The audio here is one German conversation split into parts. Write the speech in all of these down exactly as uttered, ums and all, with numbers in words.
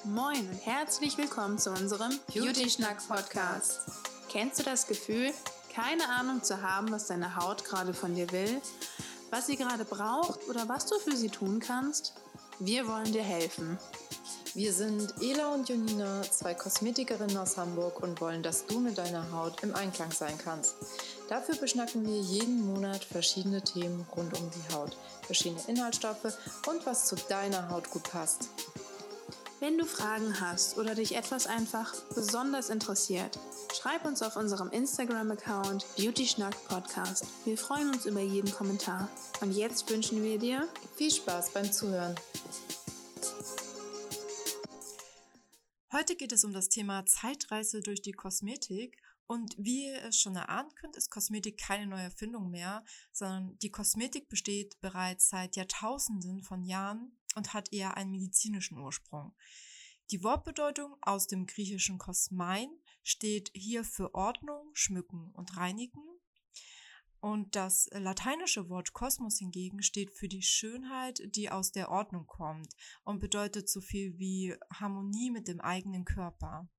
Moin und herzlich willkommen zu unserem Beauty-Schnack-Podcast. Kennst du das Gefühl, keine Ahnung zu haben, was deine Haut gerade von dir will, was sie gerade braucht oder was du für sie tun kannst? Wir wollen dir helfen. Wir sind Ela und Jonina, zwei Kosmetikerinnen aus Hamburg und wollen, dass du mit deiner Haut im Einklang sein kannst. Dafür beschnacken wir jeden Monat verschiedene Themen rund um die Haut, verschiedene Inhaltsstoffe und was zu deiner Haut gut passt. Wenn du Fragen hast oder dich etwas einfach besonders interessiert, schreib uns auf unserem Instagram-Account Beauty-Schnack Podcast. Wir freuen uns über jeden Kommentar. Und jetzt wünschen wir dir viel Spaß beim Zuhören. Heute geht es um das Thema Zeitreise durch die Kosmetik. Und wie ihr es schon erahnen könnt, ist Kosmetik keine neue Erfindung mehr, sondern die Kosmetik besteht bereits seit Jahrtausenden von Jahren und hat eher einen medizinischen Ursprung. Die Wortbedeutung aus dem griechischen Kosmein steht hier für Ordnung, Schmücken und Reinigen. Und das lateinische Wort Kosmos hingegen steht für die Schönheit, die aus der Ordnung kommt und bedeutet so viel wie Harmonie mit dem eigenen Körper.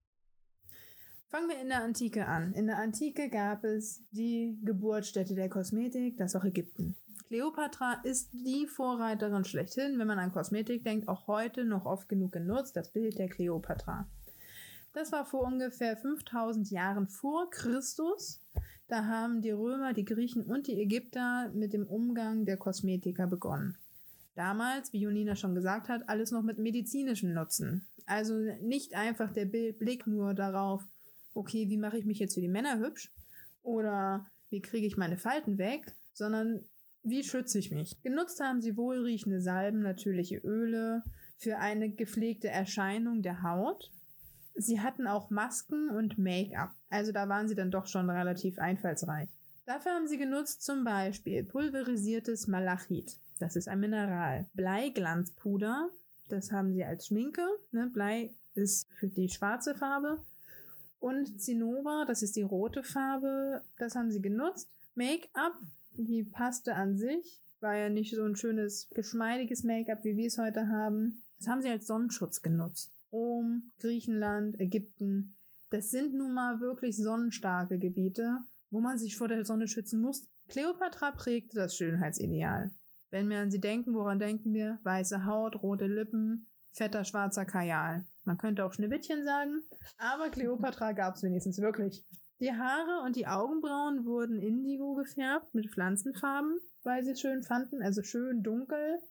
Fangen wir in der Antike an. In der Antike gab es die Geburtsstätte der Kosmetik, das war Ägypten. Kleopatra ist die Vorreiterin schlechthin, wenn man an Kosmetik denkt, auch heute noch oft genug genutzt, das Bild der Kleopatra. Das war vor ungefähr fünftausend Jahren vor Christus. Da haben die Römer, die Griechen und die Ägypter mit dem Umgang der Kosmetiker begonnen. Damals, wie Jonina schon gesagt hat, alles noch mit medizinischem Nutzen. Also nicht einfach der Blick nur darauf, okay, wie mache ich mich jetzt für die Männer hübsch oder wie kriege ich meine Falten weg, sondern wie schütze ich mich? Genutzt haben sie wohlriechende Salben, natürliche Öle für eine gepflegte Erscheinung der Haut. Sie hatten auch Masken und Make-up, also da waren sie dann doch schon relativ einfallsreich. Dafür haben sie genutzt zum Beispiel pulverisiertes Malachit, das ist ein Mineral, Bleiglanzpuder, das haben sie als Schminke, ne? Blei ist für die schwarze Farbe, und Zinnober, das ist die rote Farbe, das haben sie genutzt. Make-up, die Paste an sich, war ja nicht so ein schönes, geschmeidiges Make-up, wie wir es heute haben. Das haben sie als Sonnenschutz genutzt. Rom, Griechenland, Ägypten, das sind nun mal wirklich sonnenstarke Gebiete, wo man sich vor der Sonne schützen muss. Kleopatra prägte das Schönheitsideal. Wenn wir an sie denken, woran denken wir? Weiße Haut, rote Lippen, fetter schwarzer Kajal. Man könnte auch Schneewittchen sagen, aber Kleopatra gab es wenigstens wirklich. Die Haare und die Augenbrauen wurden indigo gefärbt mit Pflanzenfarben, weil sie es schön fanden, also schön dunkel.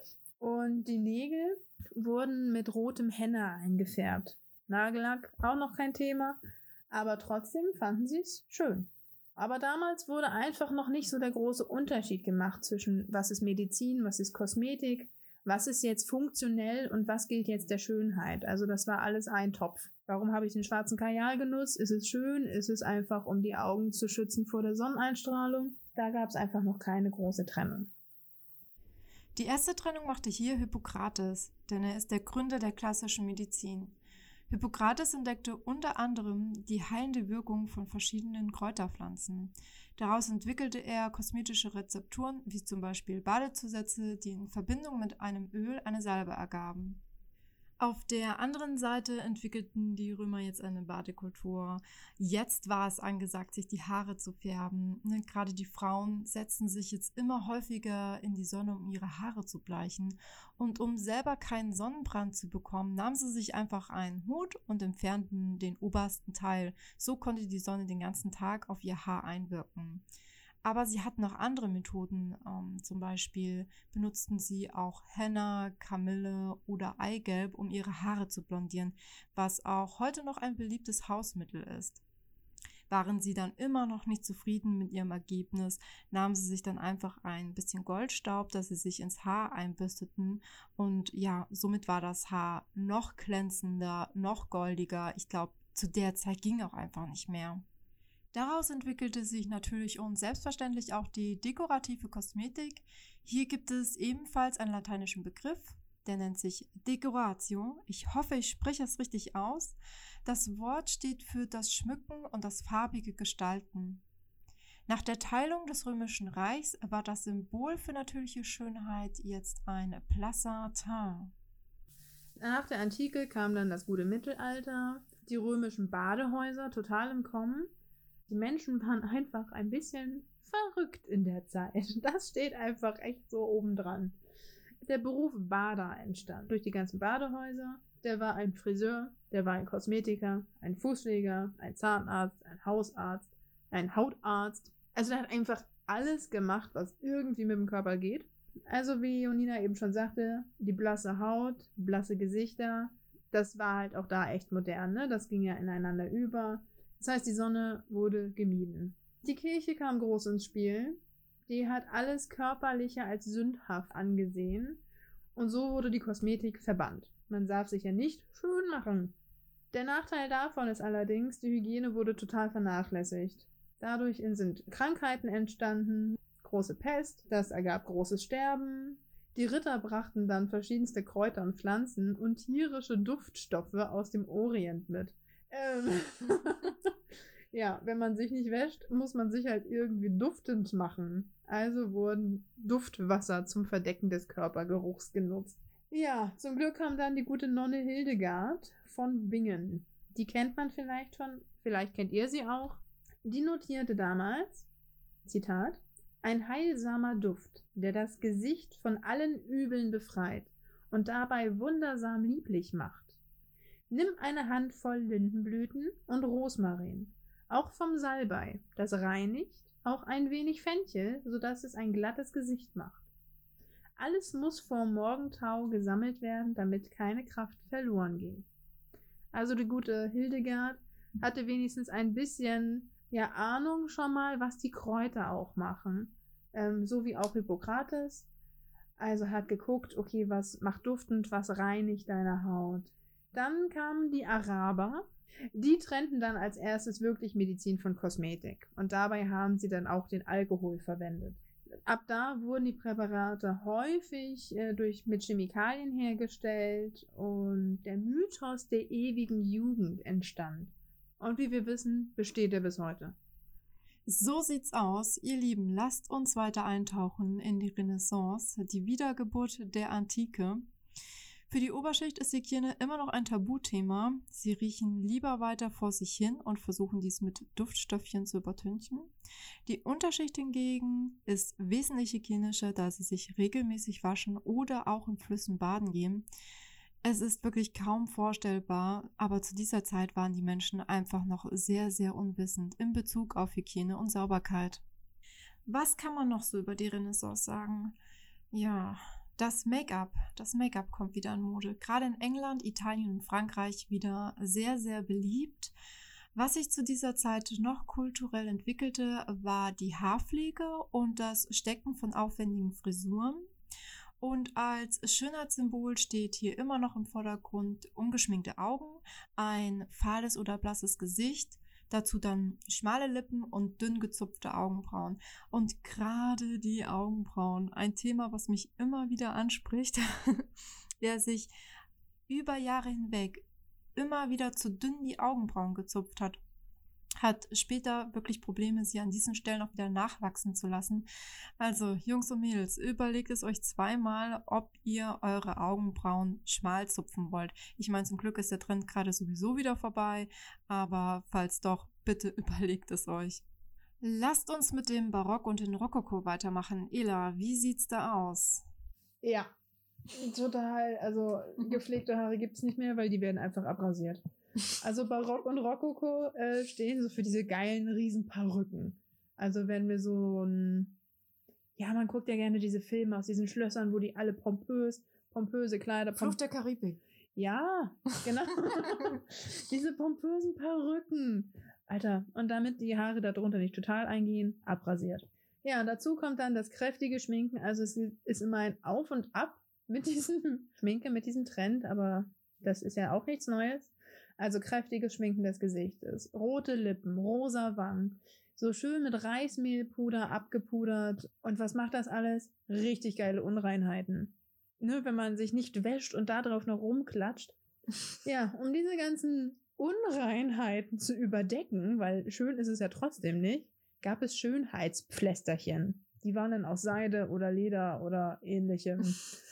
Und die Nägel wurden mit rotem Henna eingefärbt. Nagellack auch noch kein Thema, aber trotzdem fanden sie es schön. Aber damals wurde einfach noch nicht so der große Unterschied gemacht zwischen was ist Medizin, was ist Kosmetik, was ist jetzt funktionell und was gilt jetzt der Schönheit. Also das war alles ein Topf. Warum habe ich den schwarzen Kajal genutzt? Ist es schön? Ist es einfach, um die Augen zu schützen vor der Sonneneinstrahlung? Da gab es einfach noch keine große Trennung. Die erste Trennung machte hier Hippokrates, denn er ist der Gründer der klassischen Medizin. Hippokrates entdeckte unter anderem die heilende Wirkung von verschiedenen Kräuterpflanzen. Daraus entwickelte er kosmetische Rezepturen, wie zum Beispiel Badezusätze, die in Verbindung mit einem Öl eine Salbe ergaben. Auf der anderen Seite entwickelten die Römer jetzt eine Badekultur. Jetzt war es angesagt, sich die Haare zu färben. Ne, gerade die Frauen setzten sich jetzt immer häufiger in die Sonne, um ihre Haare zu bleichen. Und um selber keinen Sonnenbrand zu bekommen, nahmen sie sich einfach einen Hut und entfernten den obersten Teil. So konnte die Sonne den ganzen Tag auf ihr Haar einwirken. Aber sie hatten auch andere Methoden, ähm, zum Beispiel benutzten sie auch Henna, Kamille oder Eigelb, um ihre Haare zu blondieren, was auch heute noch ein beliebtes Hausmittel ist. Waren sie dann immer noch nicht zufrieden mit ihrem Ergebnis, nahmen sie sich dann einfach ein bisschen Goldstaub, das sie sich ins Haar einbürsteten und ja, somit war das Haar noch glänzender, noch goldiger. Ich glaube, zu der Zeit ging auch einfach nicht mehr. Daraus entwickelte sich natürlich und selbstverständlich auch die dekorative Kosmetik. Hier gibt es ebenfalls einen lateinischen Begriff, der nennt sich Decoratio. Ich hoffe, ich spreche es richtig aus. Das Wort steht für das Schmücken und das farbige Gestalten. Nach der Teilung des Römischen Reichs war das Symbol für natürliche Schönheit jetzt ein blasser Teint. Nach der Antike kam dann das gute Mittelalter, die römischen Badehäuser total im Kommen. Die Menschen waren einfach ein bisschen verrückt in der Zeit. Das steht einfach echt so obendran. Der Beruf Bader entstand durch die ganzen Badehäuser. Der war ein Friseur, der war ein Kosmetiker, ein Fußpfleger, ein Zahnarzt, ein Hausarzt, ein Hautarzt. Also der hat einfach alles gemacht, was irgendwie mit dem Körper geht. Also wie Jonina eben schon sagte, die blasse Haut, blasse Gesichter, das war halt auch da echt modern, ne? Das ging ja ineinander über. Das heißt, die Sonne wurde gemieden. Die Kirche kam groß ins Spiel. Die hat alles Körperliche als sündhaft angesehen. Und so wurde die Kosmetik verbannt. Man darf sich ja nicht schön machen. Der Nachteil davon ist allerdings, die Hygiene wurde total vernachlässigt. Dadurch sind Krankheiten entstanden, große Pest, das ergab großes Sterben. Die Ritter brachten dann verschiedenste Kräuter und Pflanzen und tierische Duftstoffe aus dem Orient mit. Ähm Ja, wenn man sich nicht wäscht, muss man sich halt irgendwie duftend machen. Also wurden Duftwasser zum Verdecken des Körpergeruchs genutzt. Ja, zum Glück kam dann die gute Nonne Hildegard von Bingen. Die kennt man vielleicht schon, vielleicht kennt ihr sie auch. Die notierte damals, Zitat, ein heilsamer Duft, der das Gesicht von allen Übeln befreit und dabei wundersam lieblich macht. Nimm eine Handvoll Lindenblüten und Rosmarin. Auch vom Salbei, das reinigt, auch ein wenig Fenchel, sodass es ein glattes Gesicht macht. Alles muss vor Morgentau gesammelt werden, damit keine Kraft verloren geht. Also die gute Hildegard hatte wenigstens ein bisschen ja, Ahnung schon mal, was die Kräuter auch machen. Ähm, so wie auch Hippokrates. Also hat geguckt, okay, was macht duftend, was reinigt deine Haut. Dann kamen die Araber. Die trennten dann als erstes wirklich Medizin von Kosmetik. Und dabei haben sie dann auch den Alkohol verwendet. Ab da wurden die Präparate häufig äh, durch, mit Chemikalien hergestellt und der Mythos der ewigen Jugend entstand. Und wie wir wissen, besteht er bis heute. So sieht's aus. Ihr Lieben, lasst uns weiter eintauchen in die Renaissance, die Wiedergeburt der Antike. Für die Oberschicht ist Hygiene immer noch ein Tabuthema. Sie riechen lieber weiter vor sich hin und versuchen dies mit Duftstoffchen zu übertünchen. Die Unterschicht hingegen ist wesentlich hygienischer, da sie sich regelmäßig waschen oder auch in Flüssen baden gehen. Es ist wirklich kaum vorstellbar, aber zu dieser Zeit waren die Menschen einfach noch sehr, sehr unwissend in Bezug auf Hygiene und Sauberkeit. Was kann man noch so über die Renaissance sagen? Ja, das Make-up. Das Make-up kommt wieder in Mode. Gerade in England, Italien und Frankreich wieder sehr, sehr beliebt. Was sich zu dieser Zeit noch kulturell entwickelte, war die Haarpflege und das Stecken von aufwendigen Frisuren. Und als Schönheitssymbol steht hier immer noch im Vordergrund ungeschminkte Augen, ein fahles oder blasses Gesicht, dazu dann schmale Lippen und dünn gezupfte Augenbrauen. Und gerade die Augenbrauen, ein Thema, was mich immer wieder anspricht, der sich über Jahre hinweg immer wieder zu dünn die Augenbrauen gezupft hat, hat später wirklich Probleme, sie an diesen Stellen auch wieder nachwachsen zu lassen. Also Jungs und Mädels, überlegt es euch zweimal, ob ihr eure Augenbrauen schmal zupfen wollt. Ich meine, zum Glück ist der Trend gerade sowieso wieder vorbei, aber falls doch, bitte überlegt es euch. Lasst uns mit dem Barock und dem Rokoko weitermachen. Ela, wie sieht's da aus? Ja, total. Also gepflegte Haare gibt es nicht mehr, weil die werden einfach abrasiert. Also Barock und Rokoko äh, stehen so für diese geilen Riesenperücken. Also wenn wir so ein... Ja, man guckt ja gerne diese Filme aus diesen Schlössern, wo die alle pompös, pompöse Kleider... Fluch der Karibik. Ja, genau. Diese pompösen Perücken. Alter, und damit die Haare darunter nicht total eingehen, abrasiert. Ja, dazu kommt dann das kräftige Schminken. Also es ist immer ein Auf und Ab mit diesem Schminke, mit diesem Trend, aber das ist ja auch nichts Neues. Also kräftiges Schminken des Gesichtes, rote Lippen, rosa Wangen, so schön mit Reismehlpuder abgepudert. Und was macht das alles? Richtig geile Unreinheiten. Ne, wenn man sich nicht wäscht und da drauf noch rumklatscht. Ja, um diese ganzen Unreinheiten zu überdecken, weil schön ist es ja trotzdem nicht, gab es Schönheitspflästerchen. Die waren dann aus Seide oder Leder oder ähnlichem.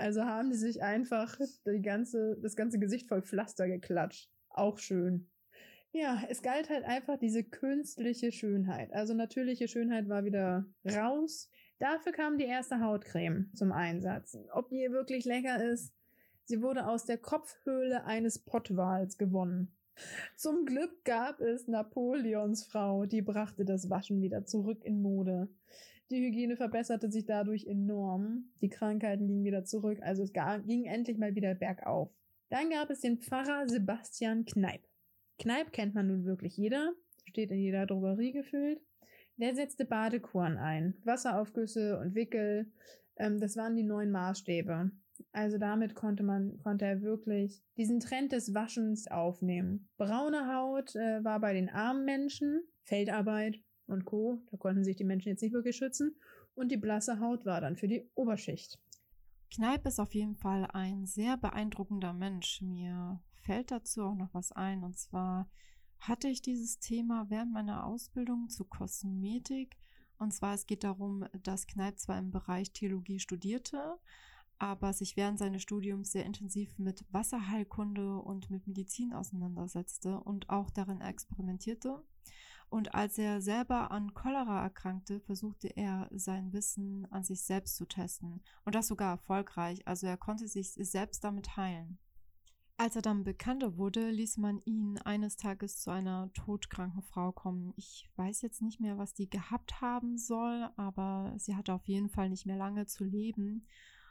Also haben die sich einfach die ganze, das ganze Gesicht voll Pflaster geklatscht. Auch schön. Ja, es galt halt einfach diese künstliche Schönheit. Also natürliche Schönheit war wieder raus. Dafür kam die erste Hautcreme zum Einsatz. Ob die wirklich lecker ist? Sie wurde aus der Kopfhöhle eines Pottwals gewonnen. Zum Glück gab es Napoleons Frau, die brachte das Waschen wieder zurück in Mode. Die Hygiene verbesserte sich dadurch enorm. Die Krankheiten gingen wieder zurück, also es ging endlich mal wieder bergauf. Dann gab es den Pfarrer Sebastian Kneipp. Kneipp kennt man nun wirklich jeder, steht in jeder Drogerie gefühlt. Der setzte Badekuren ein, Wasseraufgüsse und Wickel, ähm, das waren die neuen Maßstäbe. Also damit konnte man, konnte er wirklich diesen Trend des Waschens aufnehmen. Braune Haut äh, war bei den armen Menschen, Feldarbeit und Co., da konnten sich die Menschen jetzt nicht wirklich schützen, und die blasse Haut war dann für die Oberschicht. Kneipp ist auf jeden Fall ein sehr beeindruckender Mensch. Mir fällt dazu auch noch was ein, und zwar hatte ich dieses Thema während meiner Ausbildung zur Kosmetik, und zwar es geht darum, dass Kneipp zwar im Bereich Theologie studierte, aber sich während seines Studiums sehr intensiv mit Wasserheilkunde und mit Medizin auseinandersetzte und auch darin experimentierte. Und als er selber an Cholera erkrankte, versuchte er sein Wissen an sich selbst zu testen. Und das sogar erfolgreich, also er konnte sich selbst damit heilen. Als er dann bekannter wurde, ließ man ihn eines Tages zu einer todkranken Frau kommen. Ich weiß jetzt nicht mehr, was die gehabt haben soll, aber sie hatte auf jeden Fall nicht mehr lange zu leben.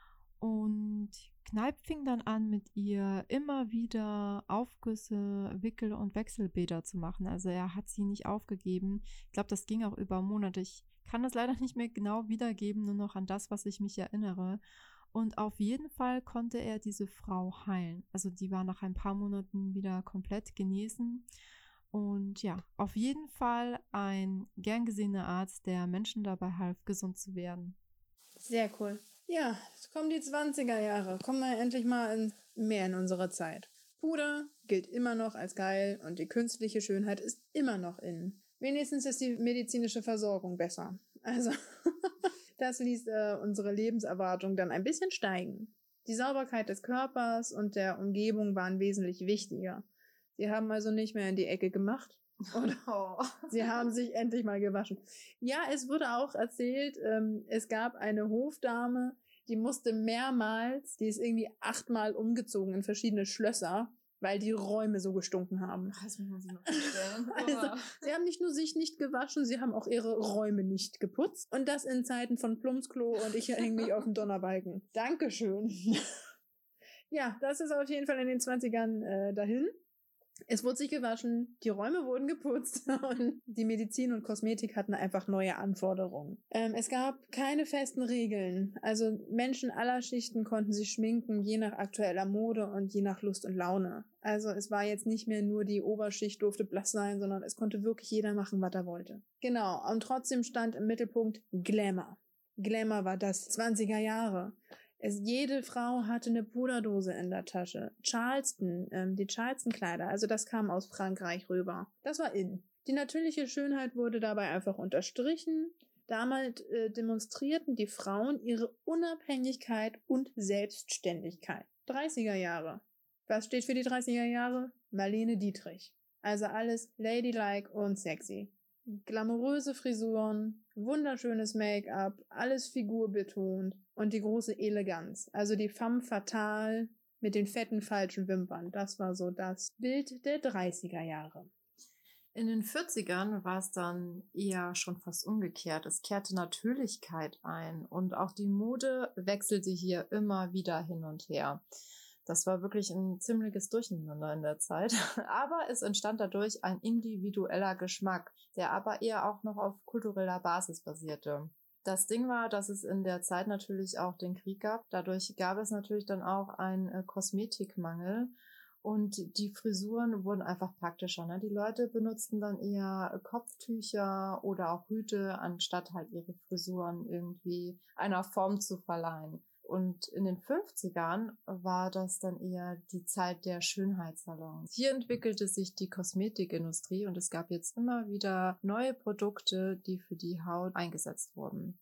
Und Kneipp fing dann an, mit ihr immer wieder Aufgüsse, Wickel- und Wechselbäder zu machen. Also er hat sie nicht aufgegeben. Ich glaube, das ging auch über Monate. Ich kann das leider nicht mehr genau wiedergeben, nur noch an das, was ich mich erinnere. Und auf jeden Fall konnte er diese Frau heilen. Also die war nach ein paar Monaten wieder komplett genesen. Und ja, auf jeden Fall ein gern gesehener Arzt, der Menschen dabei half, gesund zu werden. Sehr cool. Ja, jetzt kommen die zwanziger Jahre. Kommen wir endlich mal in, mehr in unsere Zeit. Puder gilt immer noch als geil und die künstliche Schönheit ist immer noch in. Wenigstens ist die medizinische Versorgung besser. Also, das ließ äh, unsere Lebenserwartung dann ein bisschen steigen. Die Sauberkeit des Körpers und der Umgebung waren wesentlich wichtiger. Sie haben also nicht mehr in die Ecke gemacht. Und oh. Sie haben sich endlich mal gewaschen. Ja, es wurde auch erzählt, ähm, es gab eine Hofdame, die musste mehrmals, die ist irgendwie achtmal umgezogen in verschiedene Schlösser, weil die Räume so gestunken haben. Das muss man sich noch vorstellen. Also, sie haben nicht nur sich nicht gewaschen, sie haben auch ihre Räume nicht geputzt. Und das in Zeiten von Plumpsklo und ich hänge mich auf dem Donnerbalken. Dankeschön. Ja, das ist auf jeden Fall in den zwanzigern äh, dahin. Es wurde sich gewaschen, die Räume wurden geputzt und die Medizin und Kosmetik hatten einfach neue Anforderungen. Ähm, es gab keine festen Regeln. Also Menschen aller Schichten konnten sich schminken, je nach aktueller Mode und je nach Lust und Laune. Also es war jetzt nicht mehr nur die Oberschicht durfte blass sein, sondern es konnte wirklich jeder machen, was er wollte. Genau, und trotzdem stand im Mittelpunkt Glamour. Glamour war das zwanziger Jahre. Es, jede Frau hatte eine Puderdose in der Tasche. Charleston, ähm, die Charleston-Kleider, also das kam aus Frankreich rüber. Das war in. Die natürliche Schönheit wurde dabei einfach unterstrichen. Damals äh, demonstrierten die Frauen ihre Unabhängigkeit und Selbstständigkeit. dreißiger Jahre. Was steht für die dreißiger Jahre? Marlene Dietrich. Also alles ladylike und sexy. Glamouröse Frisuren, wunderschönes Make-up, alles figurbetont und die große Eleganz. Also die femme fatale mit den fetten falschen Wimpern. Das war so das Bild der dreißiger Jahre. In den vierzigern war es dann eher schon fast umgekehrt. Es kehrte Natürlichkeit ein und auch die Mode wechselte hier immer wieder hin und her. Das war wirklich ein ziemliches Durcheinander in der Zeit, aber es entstand dadurch ein individueller Geschmack, der aber eher auch noch auf kultureller Basis basierte. Das Ding war, dass es in der Zeit natürlich auch den Krieg gab. Dadurch gab es natürlich dann auch einen äh, Kosmetikmangel und die Frisuren wurden einfach praktischer. Ne? Die Leute benutzten dann eher Kopftücher oder auch Hüte, anstatt halt ihre Frisuren irgendwie einer Form zu verleihen. Und in den fünfzigern war das dann eher die Zeit der Schönheitssalons. Hier entwickelte sich die Kosmetikindustrie und es gab jetzt immer wieder neue Produkte, die für die Haut eingesetzt wurden.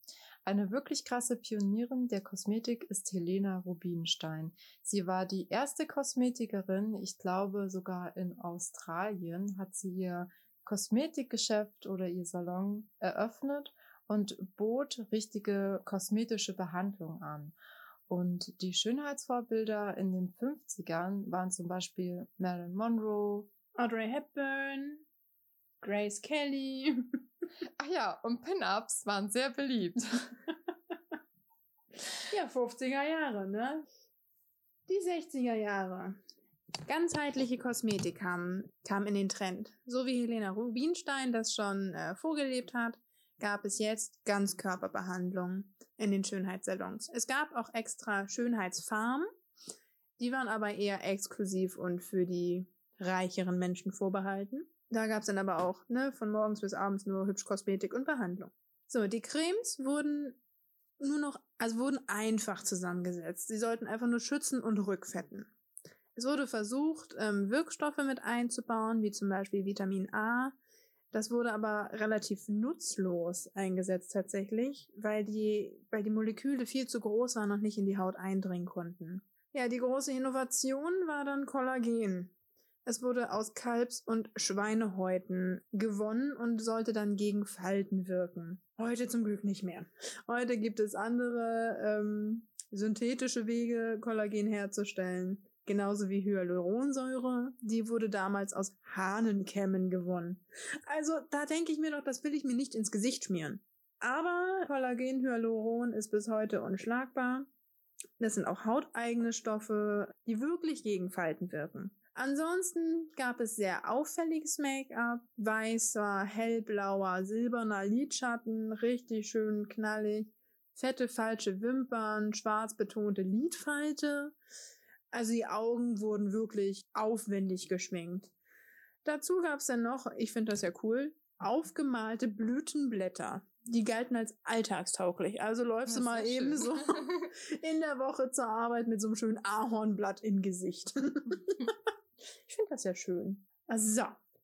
Eine wirklich krasse Pionierin der Kosmetik ist Helena Rubinstein. Sie war die erste Kosmetikerin, ich glaube sogar in Australien, hat sie ihr Kosmetikgeschäft oder ihr Salon eröffnet und bot richtige kosmetische Behandlung an. Und die Schönheitsvorbilder in den fünfzigern waren zum Beispiel Marilyn Monroe, Audrey Hepburn, Grace Kelly. Ach ja, und Pin-Ups waren sehr beliebt. Ja, fünfziger Jahre, ne? Die sechziger Jahre. Ganzheitliche Kosmetik kam, kam in den Trend. So wie Helena Rubinstein das schon äh, vorgelebt hat, gab es jetzt Ganzkörperbehandlung in den Schönheitssalons. Es gab auch extra Schönheitsfarmen, die waren aber eher exklusiv und für die reicheren Menschen vorbehalten. Da gab es dann aber auch, ne, von morgens bis abends nur hübsch Kosmetik und Behandlung. So, die Cremes wurden nur noch, also wurden einfach zusammengesetzt. Sie sollten einfach nur schützen und rückfetten. Es wurde versucht, ähm, Wirkstoffe mit einzubauen, wie zum Beispiel Vitamin A. Das wurde aber relativ nutzlos eingesetzt tatsächlich, weil die, weil die Moleküle viel zu groß waren und nicht in die Haut eindringen konnten. Ja, die große Innovation war dann Kollagen. Es wurde aus Kalbs- und Schweinehäuten gewonnen und sollte dann gegen Falten wirken. Heute zum Glück nicht mehr. Heute gibt es andere ähm, synthetische Wege, Kollagen herzustellen. Genauso wie Hyaluronsäure. Die wurde damals aus Hahnenkämmen gewonnen. Also da denke ich mir doch, das will ich mir nicht ins Gesicht schmieren. Aber Kollagen, Hyaluron ist bis heute unschlagbar. Das sind auch hauteigene Stoffe, die wirklich gegen Falten wirken. Ansonsten gab es sehr auffälliges Make-up, weißer, hellblauer, silberner Lidschatten, richtig schön knallig, fette falsche Wimpern, schwarz betonte Lidfalte. Also die Augen wurden wirklich aufwendig geschminkt. Dazu gab es dann noch, ich finde das ja cool, aufgemalte Blütenblätter. Die galten als alltagstauglich. Also läufst du mal eben so in der Woche zur Arbeit mit so einem schönen Ahornblatt im Gesicht. Ich finde das ja schön. So.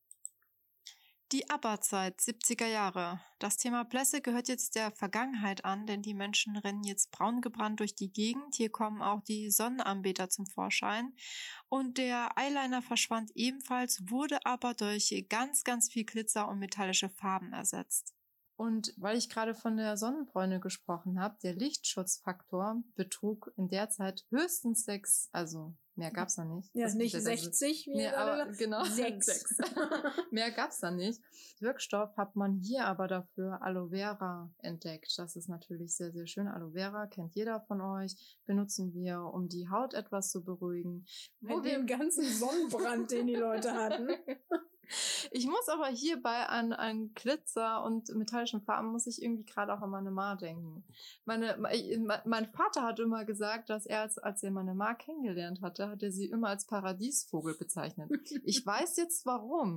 Die ABBA-Zeit, siebziger Jahre. Das Thema Blässe gehört jetzt der Vergangenheit an, denn die Menschen rennen jetzt braun gebrannt durch die Gegend. Hier kommen auch die Sonnenanbeter zum Vorschein. Und der Eyeliner verschwand ebenfalls, wurde aber durch ganz, ganz viel Glitzer und metallische Farben ersetzt. Und weil ich gerade von der Sonnenbräune gesprochen habe, der Lichtschutzfaktor betrug in der Zeit höchstens sechs, also mehr gab's da nicht. Ja, das nicht das sechzig, wie nee, aber genau, sechs. sechs. Mehr gab's da nicht. Wirkstoff hat man hier aber dafür Aloe Vera entdeckt. Das ist natürlich sehr, sehr schön. Aloe Vera kennt jeder von euch. Benutzen wir, um die Haut etwas zu beruhigen. Bei dem ganzen Sonnenbrand, den die Leute hatten. Ich muss aber hierbei an, an Glitzer und metallischen Farben muss ich irgendwie gerade auch an meine Ma denken. Meine, mein Vater hat immer gesagt, dass er, als, als er meine Ma kennengelernt hatte, hat er sie immer als Paradiesvogel bezeichnet. Ich weiß jetzt warum.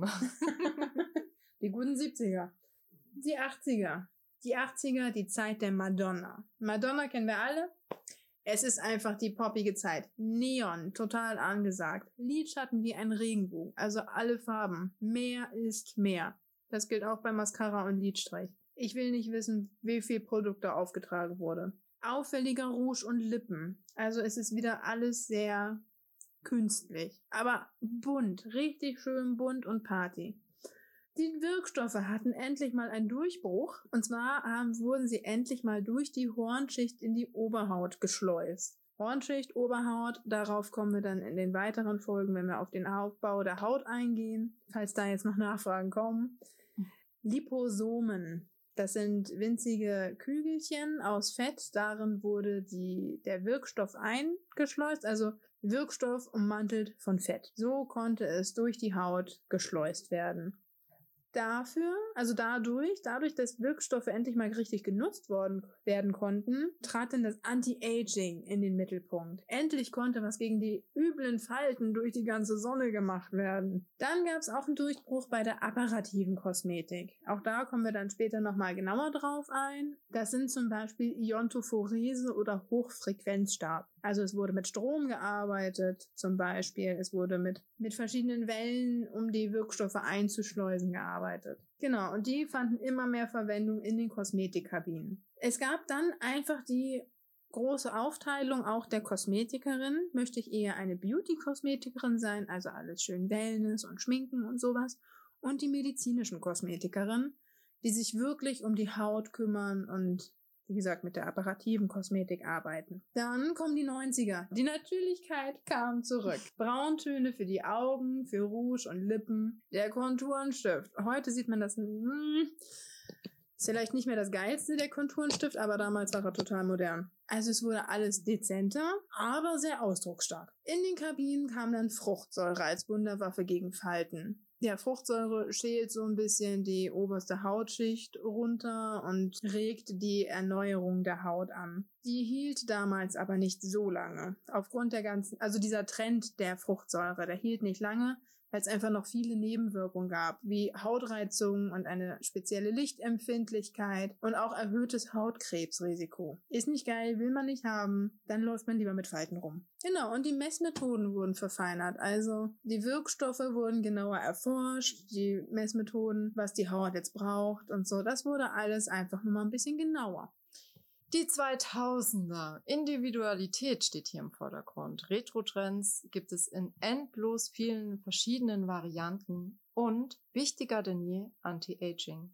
Die guten siebziger. Die achtziger. Die achtziger, die Zeit der Madonna. Madonna kennen wir alle. Es ist einfach die poppige Zeit. Neon, total angesagt. Lidschatten wie ein Regenbogen, also alle Farben. Mehr ist mehr. Das gilt auch bei Mascara und Lidstrich. Ich will nicht wissen, wie viel Produkt da aufgetragen wurde. Auffälliger Rouge und Lippen. Also es ist wieder alles sehr künstlich. Aber bunt, richtig schön bunt und Party. Die Wirkstoffe hatten endlich mal einen Durchbruch. Und zwar ähm, wurden sie endlich mal durch die Hornschicht in die Oberhaut geschleust. Hornschicht, Oberhaut, darauf kommen wir dann in den weiteren Folgen, wenn wir auf den Aufbau der Haut eingehen, falls da jetzt noch Nachfragen kommen. Liposomen, das sind winzige Kügelchen aus Fett. Darin wurde die, der Wirkstoff eingeschleust, also Wirkstoff ummantelt von Fett. So konnte es durch die Haut geschleust werden. Dafür, also dadurch, dadurch, dass Wirkstoffe endlich mal richtig genutzt worden werden konnten, trat dann das Anti-Aging in den Mittelpunkt. Endlich konnte was gegen die üblen Falten durch die ganze Sonne gemacht werden. Dann gab es auch einen Durchbruch bei der apparativen Kosmetik. Auch da kommen wir dann später nochmal genauer drauf ein. Das sind zum Beispiel Iontophorese oder Hochfrequenzstab. Also es wurde mit Strom gearbeitet, zum Beispiel. Es wurde mit, mit verschiedenen Wellen, um die Wirkstoffe einzuschleusen, gearbeitet. Genau, und die fanden immer mehr Verwendung in den Kosmetikkabinen. Es gab dann einfach die große Aufteilung auch der Kosmetikerin. Möchte ich eher eine Beauty-Kosmetikerin sein, also alles schön Wellness und Schminken und sowas. Und die medizinischen Kosmetikerin, die sich wirklich um die Haut kümmern und, wie gesagt, mit der apparativen Kosmetik arbeiten. Dann kommen die neunziger. Die Natürlichkeit kam zurück. Brauntöne für die Augen, für Rouge und Lippen. Der Konturenstift. Heute sieht man das... Hm, ist vielleicht nicht mehr das Geilste, der Konturenstift, aber damals war er total modern. Also es wurde alles dezenter, aber sehr ausdrucksstark. In den Kabinen kam dann Fruchtsäure als Wunderwaffe gegen Falten. Ja, Fruchtsäure schält so ein bisschen die oberste Hautschicht runter und regt die Erneuerung der Haut an. Die hielt damals aber nicht so lange. Aufgrund der ganzen, also dieser Trend der Fruchtsäure, der hielt nicht lange, weil es einfach noch viele Nebenwirkungen gab, wie Hautreizungen und eine spezielle Lichtempfindlichkeit und auch erhöhtes Hautkrebsrisiko. Ist nicht geil, will man nicht haben, dann läuft man lieber mit Falten rum. Genau, und die Messmethoden wurden verfeinert, also die Wirkstoffe wurden genauer erforscht, die Messmethoden, was die Haut jetzt braucht und so, das wurde alles einfach nur mal ein bisschen genauer. Die zweitausender. Individualität steht hier im Vordergrund. Retro-Trends gibt es in endlos vielen verschiedenen Varianten und, wichtiger denn je, Anti-Aging.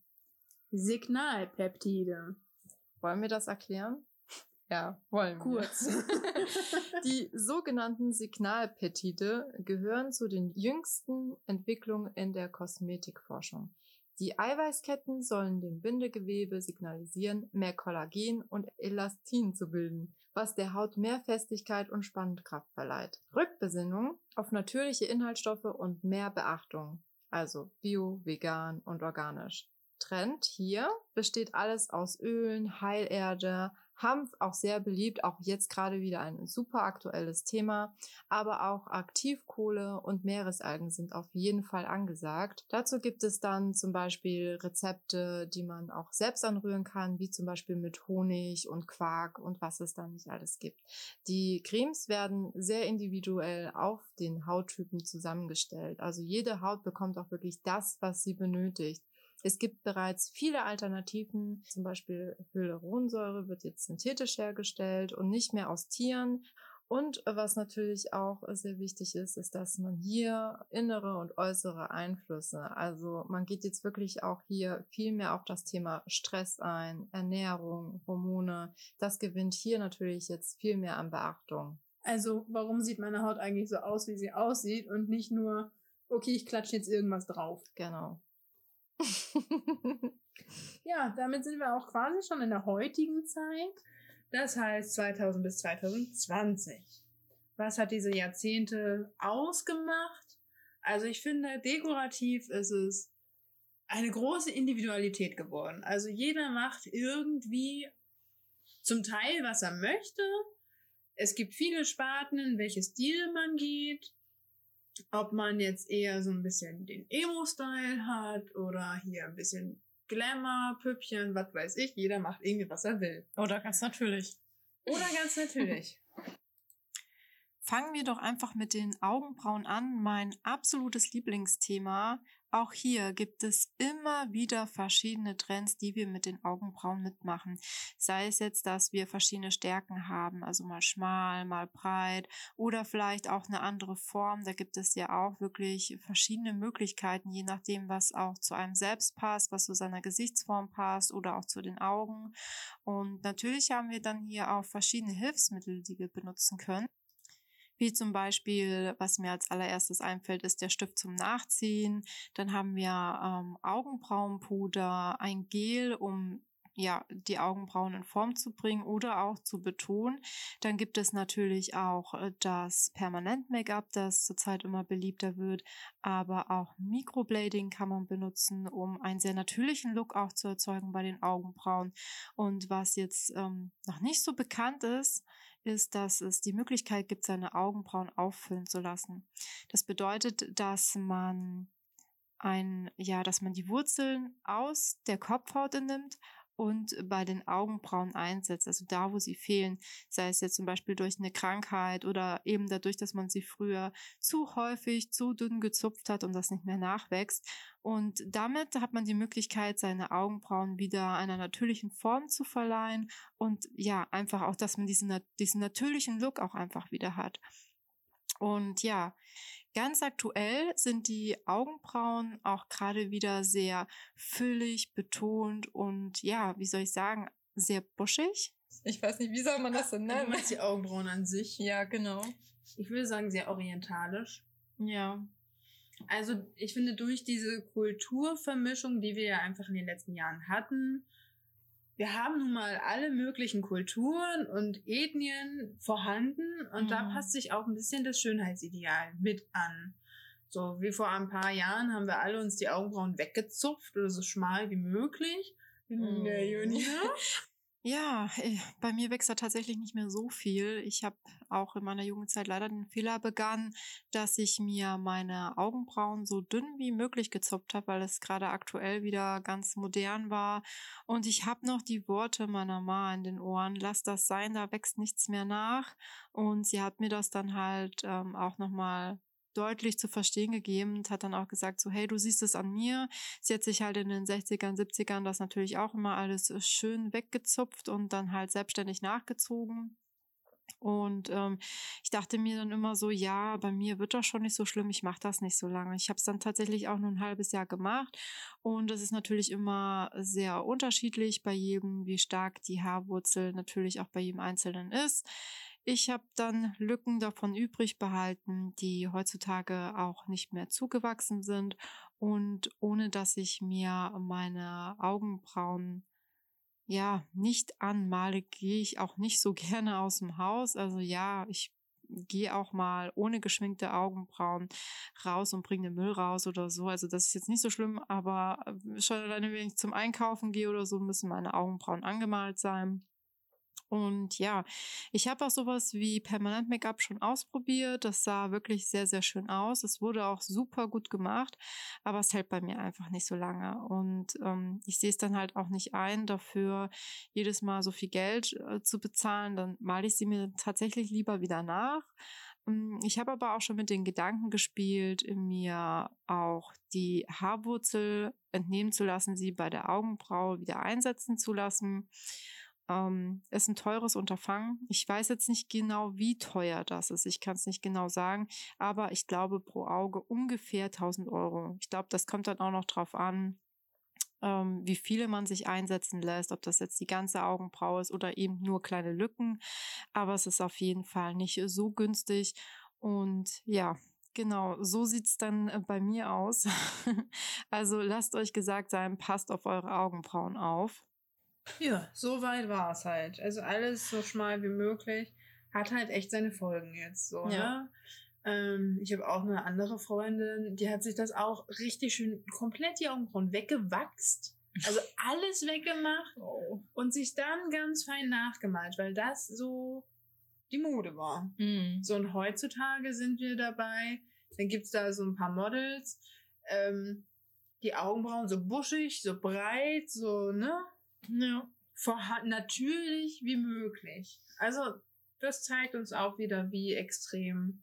Signalpeptide. Wollen wir das erklären? Ja, wollen wir. Kurz. Die sogenannten Signalpeptide gehören zu den jüngsten Entwicklungen in der Kosmetikforschung. Die Eiweißketten sollen dem Bindegewebe signalisieren, mehr Kollagen und Elastin zu bilden, was der Haut mehr Festigkeit und Spannkraft verleiht. Rückbesinnung auf natürliche Inhaltsstoffe und mehr Beachtung, also bio, vegan und organisch. Trend hier besteht alles aus Ölen, Heilerde, Hanf, auch sehr beliebt, auch jetzt gerade wieder ein super aktuelles Thema, aber auch Aktivkohle und Meeresalgen sind auf jeden Fall angesagt. Dazu gibt es dann zum Beispiel Rezepte, die man auch selbst anrühren kann, wie zum Beispiel mit Honig und Quark und was es dann nicht alles gibt. Die Cremes werden sehr individuell auf den Hauttypen zusammengestellt, also jede Haut bekommt auch wirklich das, was sie benötigt. Es gibt bereits viele Alternativen, zum Beispiel Hyaluronsäure wird jetzt synthetisch hergestellt und nicht mehr aus Tieren. Und was natürlich auch sehr wichtig ist, ist, dass man hier innere und äußere Einflüsse, also man geht jetzt wirklich auch hier viel mehr auf das Thema Stress ein, Ernährung, Hormone. Das gewinnt hier natürlich jetzt viel mehr an Beachtung. Also warum sieht meine Haut eigentlich so aus, wie sie aussieht und nicht nur, okay, ich klatsche jetzt irgendwas drauf. Genau. Ja, damit sind wir auch quasi schon in der heutigen Zeit. Das heißt zweitausend bis zwanzig zwanzig. Was hat diese Jahrzehnte ausgemacht? Also ich finde, dekorativ ist es eine große Individualität geworden. Also jeder macht irgendwie zum Teil, was er möchte. Es gibt viele Sparten, in welche Stile man geht. Ob man jetzt eher so ein bisschen den Emo-Style hat oder hier ein bisschen Glamour, Püppchen, was weiß ich. Jeder macht irgendwie, was er will. Oder ganz natürlich. Oder ganz natürlich. Fangen wir doch einfach mit den Augenbrauen an. Mein absolutes Lieblingsthema. Auch hier gibt es immer wieder verschiedene Trends, die wir mit den Augenbrauen mitmachen. Sei es jetzt, dass wir verschiedene Stärken haben, also mal schmal, mal breit oder vielleicht auch eine andere Form. Da gibt es ja auch wirklich verschiedene Möglichkeiten, je nachdem, was auch zu einem selbst passt, was zu seiner Gesichtsform passt oder auch zu den Augen. Und natürlich haben wir dann hier auch verschiedene Hilfsmittel, die wir benutzen können. Wie zum Beispiel, was mir als allererstes einfällt, ist der Stift zum Nachziehen. Dann haben wir ähm, Augenbrauenpuder, ein Gel, um ja die Augenbrauen in Form zu bringen oder auch zu betonen. Dann gibt es natürlich auch äh, das Permanent-Make-up, das zurzeit immer beliebter wird. Aber auch Microblading kann man benutzen, um einen sehr natürlichen Look auch zu erzeugen bei den Augenbrauen. Und was jetzt ähm, noch nicht so bekannt ist, ist, dass es die Möglichkeit gibt, seine Augenbrauen auffüllen zu lassen. Das bedeutet, dass man ein, ja, dass man die Wurzeln aus der Kopfhaut nimmt und bei den Augenbrauen einsetzt, also da, wo sie fehlen, sei es jetzt zum Beispiel durch eine Krankheit oder eben dadurch, dass man sie früher zu häufig, zu dünn gezupft hat und das nicht mehr nachwächst. Und damit hat man die Möglichkeit, seine Augenbrauen wieder einer natürlichen Form zu verleihen und ja, einfach auch, dass man diesen, diesen natürlichen Look auch einfach wieder hat. Und ja, ganz aktuell sind die Augenbrauen auch gerade wieder sehr füllig, betont und ja, wie soll ich sagen, sehr buschig. Ich weiß nicht, wie soll man das denn nennen? Du meinst die Augenbrauen an sich? Ja, genau. Ich würde sagen, sehr orientalisch. Ja. Also ich finde, durch diese Kulturvermischung, die wir ja einfach in den letzten Jahren hatten, wir haben nun mal alle möglichen Kulturen und Ethnien vorhanden und mhm. da passt sich auch ein bisschen das Schönheitsideal mit an. So wie vor ein paar Jahren haben wir alle uns die Augenbrauen weggezupft oder so schmal wie möglich. Mhm. Der Junina. Ja, bei mir wächst da tatsächlich nicht mehr so viel. Ich habe auch in meiner Jugendzeit leider den Fehler begangen, dass ich mir meine Augenbrauen so dünn wie möglich gezupft habe, weil es gerade aktuell wieder ganz modern war. Und ich habe noch die Worte meiner Ma in den Ohren, lass das sein, da wächst nichts mehr nach. Und sie hat mir das dann halt ähm, auch nochmal deutlich zu verstehen gegeben und hat dann auch gesagt, so hey, du siehst es an mir. Sie hat sich halt in den sechzigern, siebzigern das natürlich auch immer alles schön weggezupft und dann halt selbstständig nachgezogen. Und ähm, ich dachte mir dann immer so, ja, bei mir wird das schon nicht so schlimm, ich mache das nicht so lange. Ich habe es dann tatsächlich auch nur ein halbes Jahr gemacht und es ist natürlich immer sehr unterschiedlich bei jedem, wie stark die Haarwurzel natürlich auch bei jedem Einzelnen ist. Ich habe dann Lücken davon übrig behalten, die heutzutage auch nicht mehr zugewachsen sind und ohne dass ich mir meine Augenbrauen ja nicht anmale, gehe ich auch nicht so gerne aus dem Haus. Also ja, ich gehe auch mal ohne geschminkte Augenbrauen raus und bringe den Müll raus oder so. Also das ist jetzt nicht so schlimm, aber schon alleine, wenn ich zum Einkaufen gehe oder so, müssen meine Augenbrauen angemalt sein. Und ja, ich habe auch sowas wie Permanent-Make-up schon ausprobiert. Das sah wirklich sehr, sehr schön aus. Es wurde auch super gut gemacht, aber es hält bei mir einfach nicht so lange. Und ähm, ich sehe es dann halt auch nicht ein, dafür jedes Mal so viel Geld äh, zu bezahlen. Dann male ich sie mir tatsächlich lieber wieder nach. Ich habe aber auch schon mit den Gedanken gespielt, mir auch die Haarwurzel entnehmen zu lassen, sie bei der Augenbraue wieder einsetzen zu lassen. Ähm, ist ein teures Unterfangen. Ich weiß jetzt nicht genau, wie teuer das ist. Ich kann es nicht genau sagen, aber ich glaube pro Auge ungefähr tausend Euro. Ich glaube, das kommt dann auch noch drauf an, ähm, wie viele man sich einsetzen lässt, ob das jetzt die ganze Augenbraue ist oder eben nur kleine Lücken. Aber es ist auf jeden Fall nicht so günstig. Und ja, genau, so sieht's dann bei mir aus. Also lasst euch gesagt sein, passt auf eure Augenbrauen auf. Ja, so weit war es halt. Also alles so schmal wie möglich. Hat halt echt seine Folgen jetzt so, ja. Ne? Ähm, ich habe auch eine andere Freundin, die hat sich das auch richtig schön komplett die Augenbrauen weggewachst. Also alles weggemacht oh. und sich dann ganz fein nachgemalt, weil das so die Mode war. Mhm. So, und heutzutage sind wir dabei, dann gibt's da so ein paar Models, ähm, die Augenbrauen so buschig, so breit, so, ne? Ja. Vorhanden, natürlich wie möglich. Also das zeigt uns auch wieder, wie extrem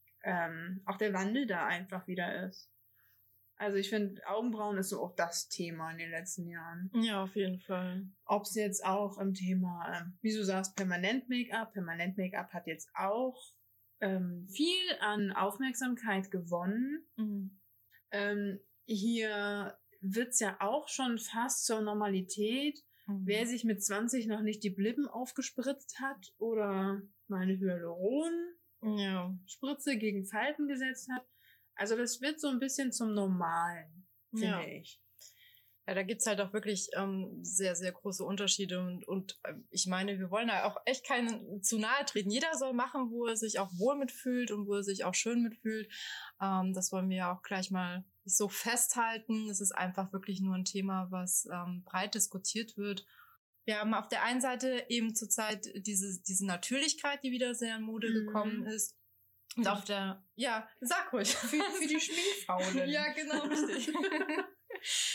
ähm, auch der Wandel da einfach wieder ist. Also ich finde, Augenbrauen ist so auch das Thema in den letzten Jahren. Ja, auf jeden Fall. Ob es jetzt auch im Thema, ähm, wie du sagst, Permanent-Make-up. Permanent-Make-up hat jetzt auch ähm, viel an Aufmerksamkeit gewonnen. Mhm. Ähm, hier wird's ja auch schon fast zur Normalität. Mhm. Wer sich mit zwanzig noch nicht die Lippen aufgespritzt hat oder mal eine Hyaluron-Spritze ja. gegen Falten gesetzt hat. Also das wird so ein bisschen zum Normalen, finde ja. ich. Ja, da gibt's halt auch wirklich ähm, sehr, sehr große Unterschiede. Und, und äh, ich meine, wir wollen da auch echt keinen zu nahe treten. Jeder soll machen, wo er sich auch wohl mitfühlt und wo er sich auch schön mitfühlt. Ähm, das wollen wir ja auch gleich mal so festhalten. Es ist einfach wirklich nur ein Thema, was ähm, breit diskutiert wird. Wir haben auf der einen Seite eben zurzeit diese, diese Natürlichkeit, die wieder sehr in Mode mhm. gekommen ist. Und auf der, ja, sag ruhig. Für, für die Schminkfaulen. Ja, genau, richtig.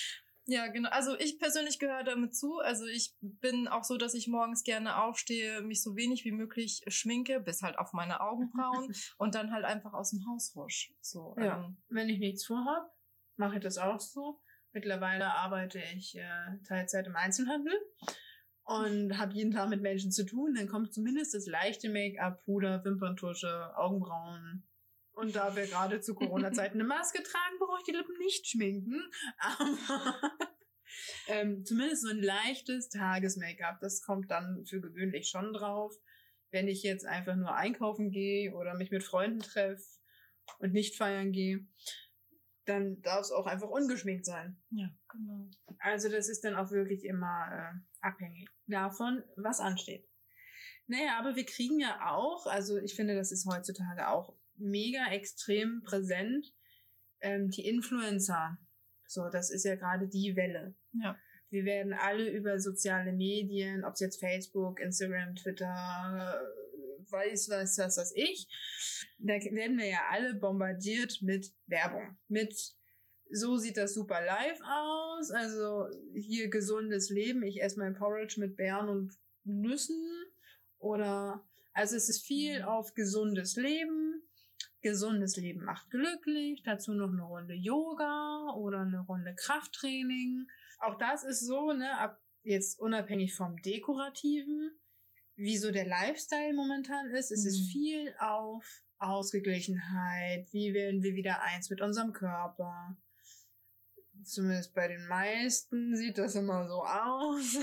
Ja, genau. Also ich persönlich gehöre damit zu. Also ich bin auch so, dass ich morgens gerne aufstehe, mich so wenig wie möglich schminke, bis halt auf meine Augenbrauen und dann halt einfach aus dem Haus husch. So, Ja, ähm, wenn ich nichts vorhab, mache ich das auch so. Mittlerweile arbeite ich äh, Teilzeit im Einzelhandel und habe jeden Tag mit Menschen zu tun. Dann kommt zumindest das leichte Make-up, Puder, Wimperntusche, Augenbrauen. Und da wir gerade zu Corona-Zeiten eine Maske tragen, brauche ich die Lippen nicht schminken. Aber ähm, zumindest so ein leichtes Tages-Make-up, das kommt dann für gewöhnlich schon drauf. Wenn ich jetzt einfach nur einkaufen gehe oder mich mit Freunden treffe und nicht feiern gehe, dann darf es auch einfach ungeschminkt sein. ja, genau. Also das ist dann auch wirklich immer äh, abhängig davon, was ansteht. Naja, aber wir kriegen ja auch, also ich finde, das ist heutzutage auch mega extrem präsent, ähm, die Influencer. So, das ist ja gerade die Welle. Ja. Wir werden alle über soziale Medien, ob es jetzt Facebook, Instagram, Twitter, äh, weiß was, was, was ich, da werden wir ja alle bombardiert mit Werbung. Mit, so sieht das super live aus, also hier gesundes Leben, ich esse mein Porridge mit Beeren und Nüssen oder, also es ist viel auf gesundes Leben. Gesundes Leben macht glücklich, dazu noch eine Runde Yoga oder eine Runde Krafttraining. Auch das ist so, ne, ab jetzt unabhängig vom Dekorativen, wie so der Lifestyle momentan ist. Es Mhm. ist viel auf Ausgeglichenheit, wie werden wir wieder eins mit unserem Körper. Zumindest bei den meisten sieht das immer so aus.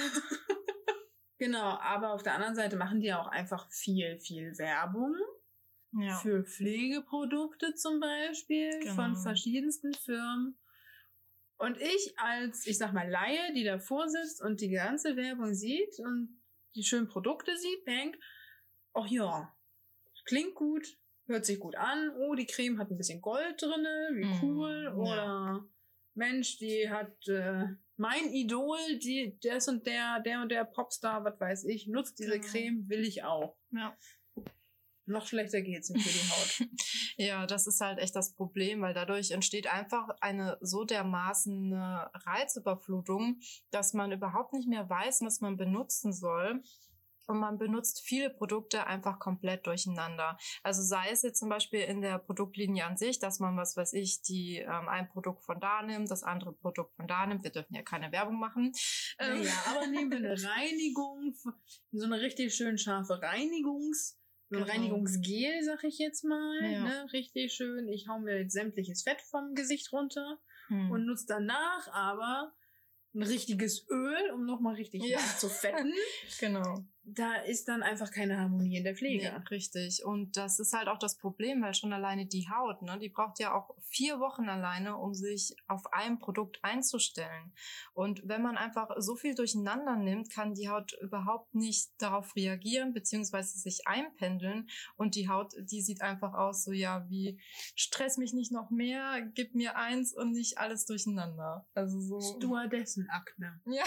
Genau, aber auf der anderen Seite machen die auch einfach viel, viel Werbung. Ja. Für Pflegeprodukte zum Beispiel, Genau. von verschiedensten Firmen. Und ich als, ich sag mal, Laie, die davor sitzt und die ganze Werbung sieht und die schönen Produkte sieht, denkt, ach ja, klingt gut, hört sich gut an, oh, die Creme hat ein bisschen Gold drinne, wie Mm, cool, ja. oder Mensch, die hat äh, mein Idol, die, das und der, der und der Popstar, was weiß ich, nutzt diese Genau. Creme, will ich auch. Ja. Noch schlechter geht's nicht für die Haut. Ja, das ist halt echt das Problem, weil dadurch entsteht einfach eine so dermaßen Reizüberflutung, dass man überhaupt nicht mehr weiß, was man benutzen soll. Und man benutzt viele Produkte einfach komplett durcheinander. Also sei es jetzt zum Beispiel in der Produktlinie an sich, dass man, was weiß ich, die ähm, ein Produkt von da nimmt, das andere Produkt von da nimmt. Wir dürfen ja keine Werbung machen. Ähm, Ja, aber nehmen wir eine Reinigung, so eine richtig schön scharfe Reinigungs, so ein Genau. Reinigungsgel, sag ich jetzt mal, Ja. ne, richtig schön. Ich hau mir jetzt sämtliches Fett vom Gesicht runter hm. und nutze danach aber ein richtiges Öl, um nochmal richtig Ja. nachzufetten. Genau. Da ist dann einfach keine Harmonie in der Pflege. Nee, richtig. Und das ist halt auch das Problem, weil schon alleine die Haut, ne, die braucht ja auch vier Wochen alleine, um sich auf ein Produkt einzustellen. Und wenn man einfach so viel durcheinander nimmt, kann die Haut überhaupt nicht darauf reagieren, beziehungsweise sich einpendeln. Und die Haut, die sieht einfach aus so, ja, wie stress mich nicht noch mehr, gib mir eins und nicht alles durcheinander. Also so. Stewardessenakne. Ja,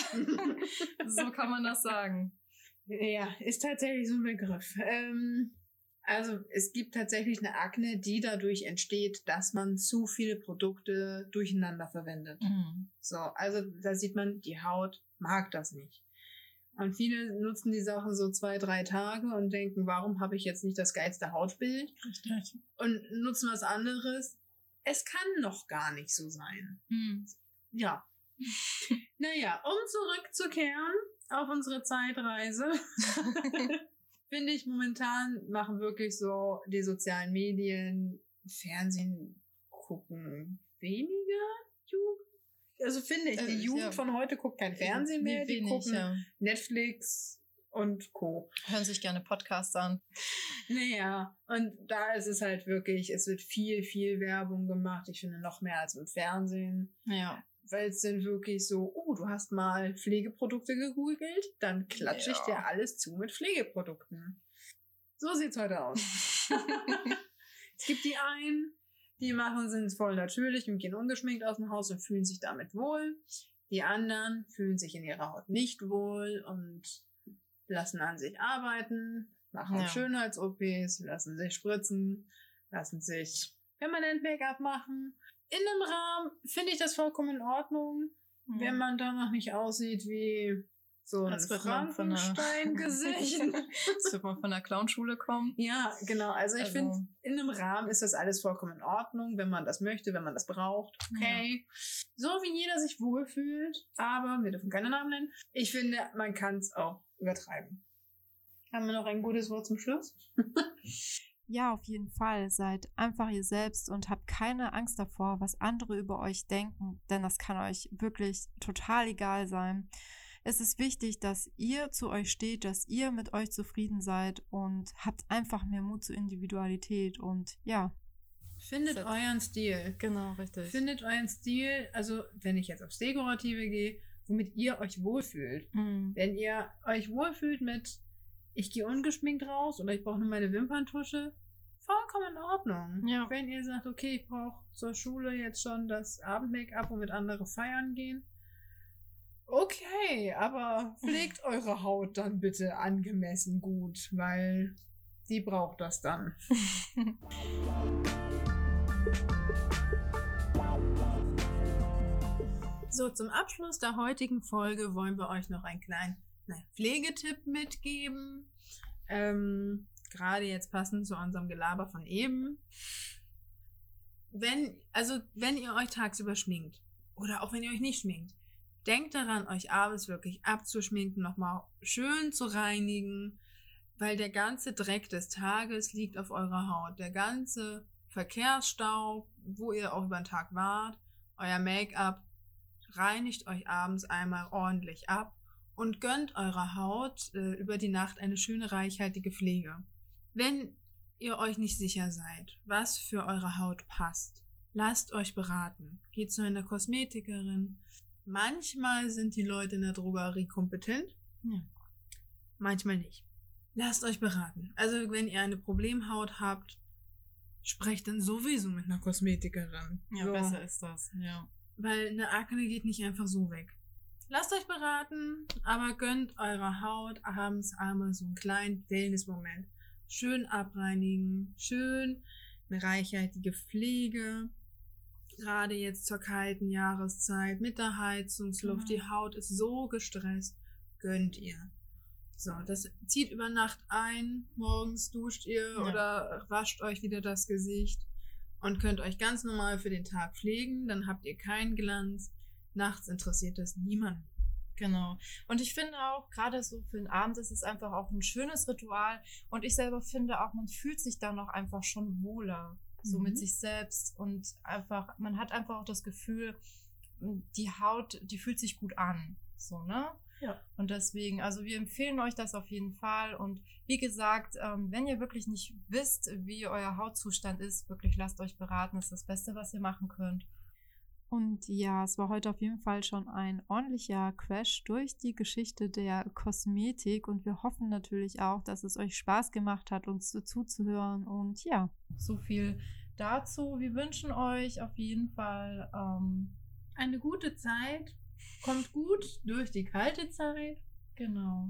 so kann man das sagen. Ja, ist tatsächlich so ein Begriff. Ähm, also es gibt tatsächlich eine Akne, die dadurch entsteht, dass man zu viele Produkte durcheinander verwendet. Mhm. So, also da sieht man, die Haut mag das nicht. Und viele nutzen die Sachen so zwei, drei Tage und denken, warum habe ich jetzt nicht das geilste Hautbild? Richtig. Und nutzen was anderes. Es kann noch gar nicht so sein. Mhm. Ja. Naja, um zurückzukehren auf unsere Zeitreise, finde ich momentan machen wirklich so die sozialen Medien, Fernsehen gucken weniger Jugend. Also finde ich, die Äh, Jugend ja. von heute guckt kein Fernsehen mehr, die Wenig, gucken ja. Netflix und Co. Hören sich gerne Podcasts an. Naja, und da ist es halt wirklich, es wird viel, viel Werbung gemacht. Ich finde noch mehr als im Fernsehen. Ja. Weil es dann wirklich so, oh, du hast mal Pflegeprodukte gegoogelt, dann klatsche ich Ja. dir alles zu mit Pflegeprodukten. So sieht's heute aus. Es gibt die einen, die machen sind voll natürlich und gehen ungeschminkt aus dem Haus und fühlen sich damit wohl. Die anderen fühlen sich in ihrer Haut nicht wohl und lassen an sich arbeiten, machen Ja. Schönheits-O Ps, lassen sich spritzen, lassen sich permanent Make-up machen. In einem Rahmen finde ich das vollkommen in Ordnung. Mhm. Wenn man danach nicht aussieht wie so ein Frankenstein-Gesicht. Als wird man von der Clownschule kommen. Ja, genau. Also ich Also. finde, in einem Rahmen ist das alles vollkommen in Ordnung, wenn man das möchte, wenn man das braucht. Okay. Ja. So wie jeder sich wohlfühlt. Aber wir dürfen keine Namen nennen. Ich finde, man kann es auch übertreiben. Haben wir noch ein gutes Wort zum Schluss? Ja, auf jeden Fall. Seid einfach ihr selbst und habt keine Angst davor, was andere über euch denken, denn das kann euch wirklich total egal sein. Es ist wichtig, dass ihr zu euch steht, dass ihr mit euch zufrieden seid und habt einfach mehr Mut zur Individualität und ja. Findet so. euren Stil. Genau, richtig. Findet euren Stil, also wenn ich jetzt aufs Dekorative gehe, womit ihr euch wohlfühlt. Mhm. Wenn ihr euch wohlfühlt mit ich gehe ungeschminkt raus oder ich brauche nur meine Wimperntusche, vollkommen in Ordnung. Ja. Wenn ihr sagt, okay, ich brauche zur Schule jetzt schon das Abend-Make-up, womit andere feiern gehen, okay, aber pflegt eure Haut dann bitte angemessen gut, weil die braucht das dann. So, zum Abschluss der heutigen Folge wollen wir euch noch einen kleinen naja, Pflegetipp mitgeben. Ähm, gerade jetzt passend zu unserem Gelaber von eben. Wenn, also, wenn ihr euch tagsüber schminkt oder auch wenn ihr euch nicht schminkt, denkt daran, euch abends wirklich abzuschminken, nochmal schön zu reinigen, weil der ganze Dreck des Tages liegt auf eurer Haut. Der ganze Verkehrsstaub, wo ihr auch über den Tag wart, euer Make-up, reinigt euch abends einmal ordentlich ab und gönnt eurer Haut äh, über die Nacht eine schöne, reichhaltige Pflege. Wenn ihr euch nicht sicher seid, was für eure Haut passt, lasst euch beraten. Geht zu einer Kosmetikerin. Manchmal sind die Leute in der Drogerie kompetent, ja. Manchmal nicht. Lasst euch beraten. Also wenn ihr eine Problemhaut habt, sprecht dann sowieso mit einer Kosmetikerin. Ja, so. Besser ist das, ja. Weil eine Akne geht nicht einfach so weg. Lasst euch beraten, aber gönnt eurer Haut abends einmal so einen kleinen Wellness-Moment. Schön abreinigen, schön eine reichhaltige Pflege. Gerade jetzt zur kalten Jahreszeit mit der Heizungsluft. Ja. Die Haut ist so gestresst. Gönnt ihr. So, das zieht über Nacht ein. Morgens duscht ihr ja. oder wascht euch wieder das Gesicht und könnt euch ganz normal für den Tag pflegen. Dann habt ihr keinen Glanz. Nachts interessiert das niemanden. Genau. Und ich finde auch, gerade so für den Abend ist es einfach auch ein schönes Ritual. Und ich selber finde auch, man fühlt sich dann auch einfach schon wohler. So mhm. mit sich selbst. Und einfach, man hat einfach auch das Gefühl, die Haut, die fühlt sich gut an. So, ne? Ja. Und deswegen, also wir empfehlen euch das auf jeden Fall. Und wie gesagt, ähm, wenn ihr wirklich nicht wisst, wie euer Hautzustand ist, wirklich lasst euch beraten. Das ist das Beste, was ihr machen könnt. Und ja, es war heute auf jeden Fall schon ein ordentlicher Crash durch die Geschichte der Kosmetik und wir hoffen natürlich auch, dass es euch Spaß gemacht hat, uns zuzuhören und ja, so viel dazu. Wir wünschen euch auf jeden Fall ähm, eine gute Zeit, kommt gut durch die kalte Zeit. Genau.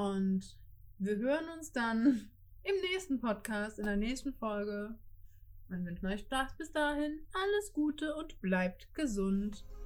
Und wir hören uns dann im nächsten Podcast, in der nächsten Folge. Man wünscht euch Spaß bis dahin, alles Gute und bleibt gesund.